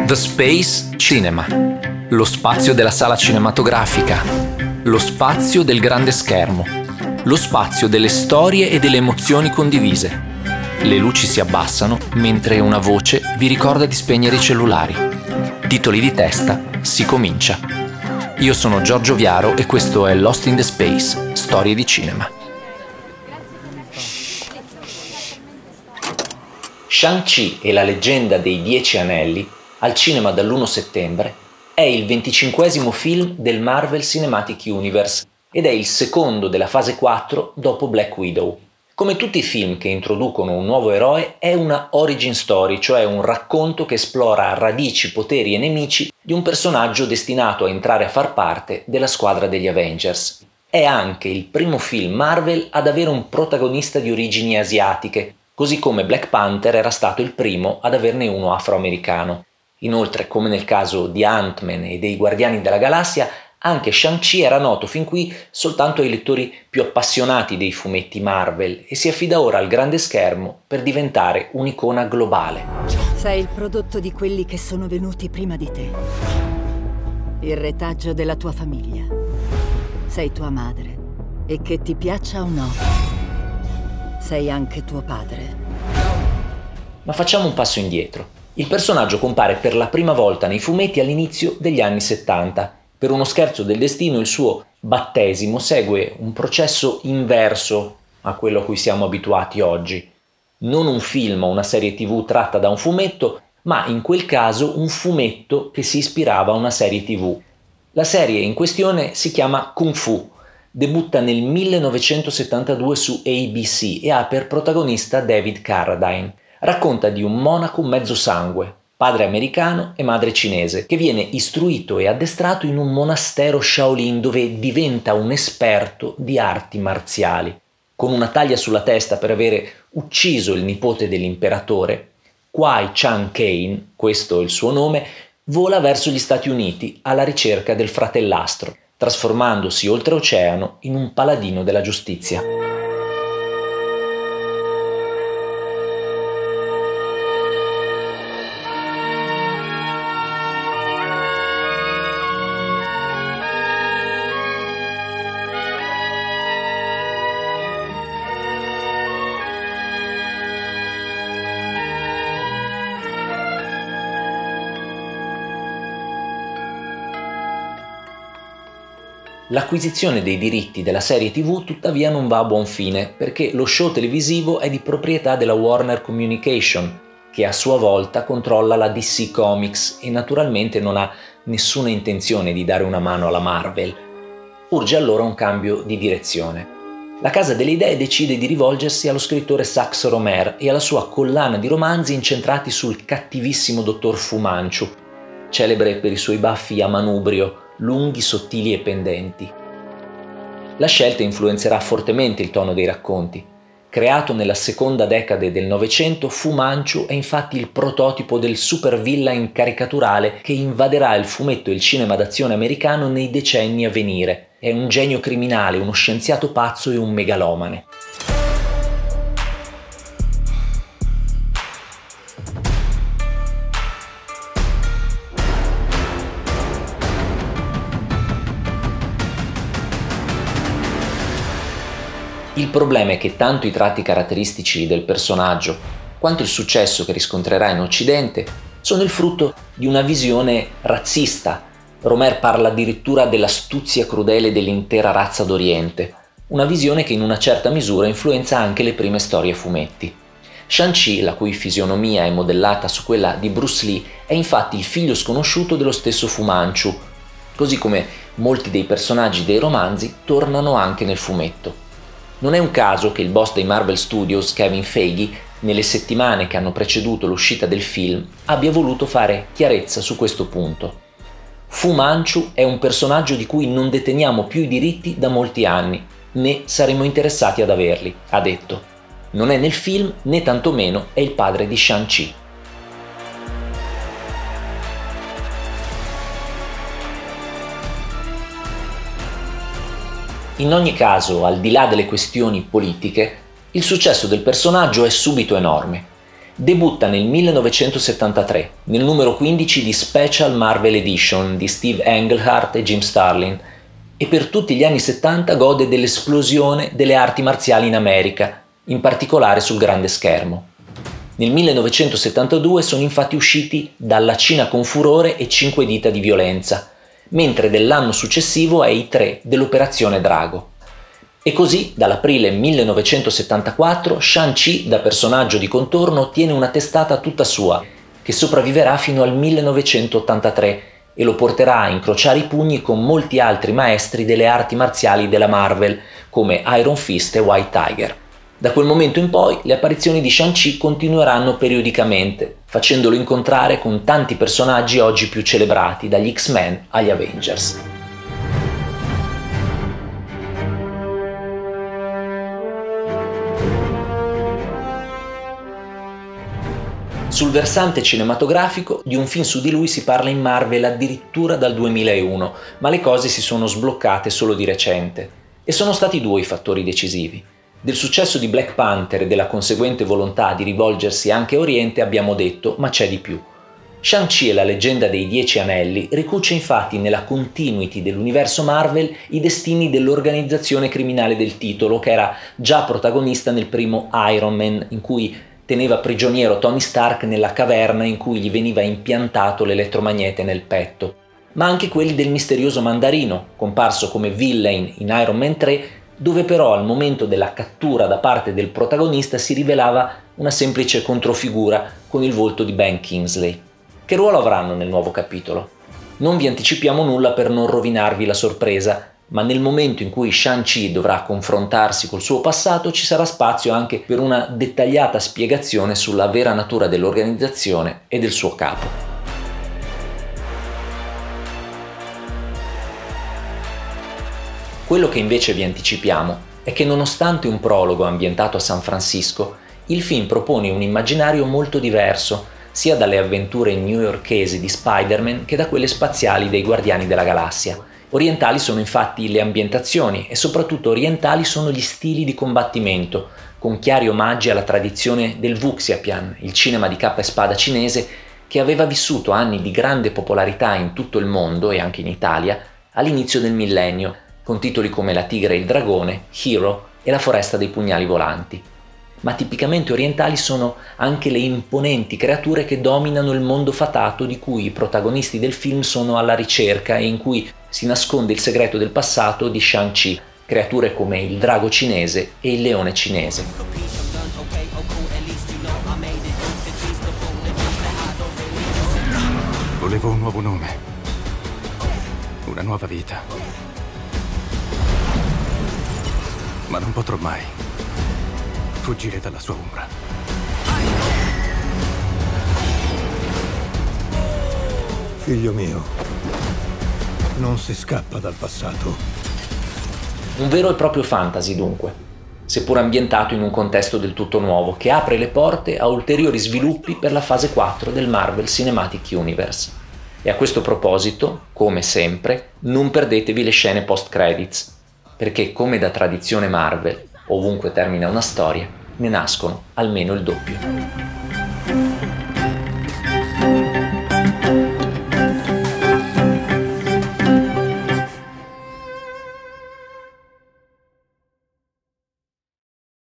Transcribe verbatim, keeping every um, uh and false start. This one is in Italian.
The Space Cinema, lo spazio della sala cinematografica, lo spazio del grande schermo, lo spazio delle storie e delle emozioni condivise. Le luci si abbassano mentre una voce vi ricorda di spegnere i cellulari. Titoli di testa, si comincia. Io sono Giorgio Viaro e questo è Lost in the Space, storie di cinema. Shang-Chi e la leggenda dei Dieci Anelli, al cinema dall'primo settembre, è il venticinquesimo film del Marvel Cinematic Universe ed è il secondo della fase quattro dopo Black Widow. Come tutti i film che introducono un nuovo eroe, è una origin story, cioè un racconto che esplora radici, poteri e nemici di un personaggio destinato a entrare a far parte della squadra degli Avengers. È anche il primo film Marvel ad avere un protagonista di origini asiatiche, così come Black Panther era stato il primo ad averne uno afroamericano. Inoltre, come nel caso di Ant-Man e dei Guardiani della Galassia, anche Shang-Chi era noto fin qui soltanto ai lettori più appassionati dei fumetti Marvel e si affida ora al grande schermo per diventare un'icona globale. Sei il prodotto di quelli che sono venuti prima di te. Il retaggio della tua famiglia. Sei tua madre e che ti piaccia o no, sei anche tuo padre. Ma facciamo un passo indietro. Il personaggio compare per la prima volta nei fumetti all'inizio degli anni settanta. Per uno scherzo del destino il suo battesimo segue un processo inverso a quello a cui siamo abituati oggi. Non un film o una serie tivù tratta da un fumetto, ma in quel caso un fumetto che si ispirava a una serie tivù. La serie in questione si chiama Kung Fu, debutta nel millenovecentosettantadue su A B C e ha per protagonista David Carradine. Racconta di un monaco mezzo sangue, padre americano e madre cinese, che viene istruito e addestrato in un monastero Shaolin dove diventa un esperto di arti marziali. Con una taglia sulla testa per avere ucciso il nipote dell'imperatore, Kwai Chang Caine, questo è il suo nome, vola verso gli Stati Uniti alla ricerca del fratellastro, trasformandosi oltreoceano in un paladino della giustizia. L'acquisizione dei diritti della serie tivù tuttavia non va a buon fine perché lo show televisivo è di proprietà della Warner Communication, che a sua volta controlla la D C Comics e naturalmente non ha nessuna intenzione di dare una mano alla Marvel. Urge allora un cambio di direzione. La Casa delle Idee decide di rivolgersi allo scrittore Sax Rohmer e alla sua collana di romanzi incentrati sul cattivissimo dottor Fu Manchu, celebre per i suoi baffi a manubrio, lunghi, sottili e pendenti. La scelta influenzerà fortemente il tono dei racconti. Creato nella seconda decade del Novecento, Fu Manchu è infatti il prototipo del supervillain caricaturale che invaderà il fumetto e il cinema d'azione americano nei decenni a venire. È un genio criminale, uno scienziato pazzo e un megalomane. Il problema è che tanto i tratti caratteristici del personaggio quanto il successo che riscontrerà in Occidente sono il frutto di una visione razzista. Rohmer parla addirittura dell'astuzia crudele dell'intera razza d'Oriente, una visione che in una certa misura influenza anche le prime storie a fumetti. Shang-Chi, la cui fisionomia è modellata su quella di Bruce Lee, è infatti il figlio sconosciuto dello stesso Fu Manchu, così come molti dei personaggi dei romanzi tornano anche nel fumetto. Non è un caso che il boss dei Marvel Studios, Kevin Feige, nelle settimane che hanno preceduto l'uscita del film, abbia voluto fare chiarezza su questo punto. Fu Manchu è un personaggio di cui non deteniamo più i diritti da molti anni, né saremo interessati ad averli, ha detto. Non è nel film, né tantomeno è il padre di Shang-Chi. In ogni caso, al di là delle questioni politiche, il successo del personaggio è subito enorme. Debutta nel millenovecentosettantatré, nel numero quindici di Special Marvel Edition di Steve Englehart e Jim Starlin, e per tutti gli anni settanta gode dell'esplosione delle arti marziali in America, in particolare sul grande schermo. Nel millenovecentosettantadue sono infatti usciti Dalla Cina con furore e Cinque dita di violenza, mentre dell'anno successivo è I tre dell'Operazione Drago. E così, dall'aprile millenovecentosettantaquattro, Shang-Chi, da personaggio di contorno, ottiene una testata tutta sua, che sopravviverà fino al millenovecentottantatré e lo porterà a incrociare i pugni con molti altri maestri delle arti marziali della Marvel, come Iron Fist e White Tiger. Da quel momento in poi le apparizioni di Shang-Chi continueranno periodicamente, facendolo incontrare con tanti personaggi oggi più celebrati, dagli X-Men agli Avengers. Sul versante cinematografico, di un film su di lui si parla in Marvel addirittura dal duemilauno, ma le cose si sono sbloccate solo di recente. E sono stati due i fattori decisivi. Del successo di Black Panther e della conseguente volontà di rivolgersi anche a Oriente abbiamo detto, ma c'è di più. Shang-Chi e la leggenda dei Dieci Anelli ricuce infatti nella continuity dell'universo Marvel i destini dell'organizzazione criminale del titolo, che era già protagonista nel primo Iron Man, in cui teneva prigioniero Tony Stark nella caverna in cui gli veniva impiantato l'elettromagnete nel petto, ma anche quelli del misterioso Mandarino, comparso come villain in Iron Man tre, dove però al momento della cattura da parte del protagonista si rivelava una semplice controfigura con il volto di Ben Kingsley. Che ruolo avranno nel nuovo capitolo? Non vi anticipiamo nulla per non rovinarvi la sorpresa, ma nel momento in cui Shang-Chi dovrà confrontarsi col suo passato ci sarà spazio anche per una dettagliata spiegazione sulla vera natura dell'organizzazione e del suo capo. Quello che invece vi anticipiamo è che nonostante un prologo ambientato a San Francisco, il film propone un immaginario molto diverso, sia dalle avventure newyorkesi di Spider-Man che da quelle spaziali dei Guardiani della Galassia. Orientali sono infatti le ambientazioni e soprattutto orientali sono gli stili di combattimento, con chiari omaggi alla tradizione del Wuxiapian, il cinema di cappa e spada cinese che aveva vissuto anni di grande popolarità in tutto il mondo e anche in Italia all'inizio del millennio, con titoli come La tigre e il dragone, Hero e La foresta dei pugnali volanti. Ma tipicamente orientali sono anche le imponenti creature che dominano il mondo fatato di cui i protagonisti del film sono alla ricerca e in cui si nasconde il segreto del passato di Shang-Chi, creature come il drago cinese e il leone cinese. Volevo un nuovo nome, una nuova vita, ma non potrò mai fuggire dalla sua ombra. Figlio mio, non si scappa dal passato. Un vero e proprio fantasy dunque, seppur ambientato in un contesto del tutto nuovo, che apre le porte a ulteriori sviluppi per la fase quattro del Marvel Cinematic Universe. E a questo proposito, come sempre, non perdetevi le scene post-credits, perché come da tradizione Marvel, ovunque termina una storia, ne nascono almeno il doppio.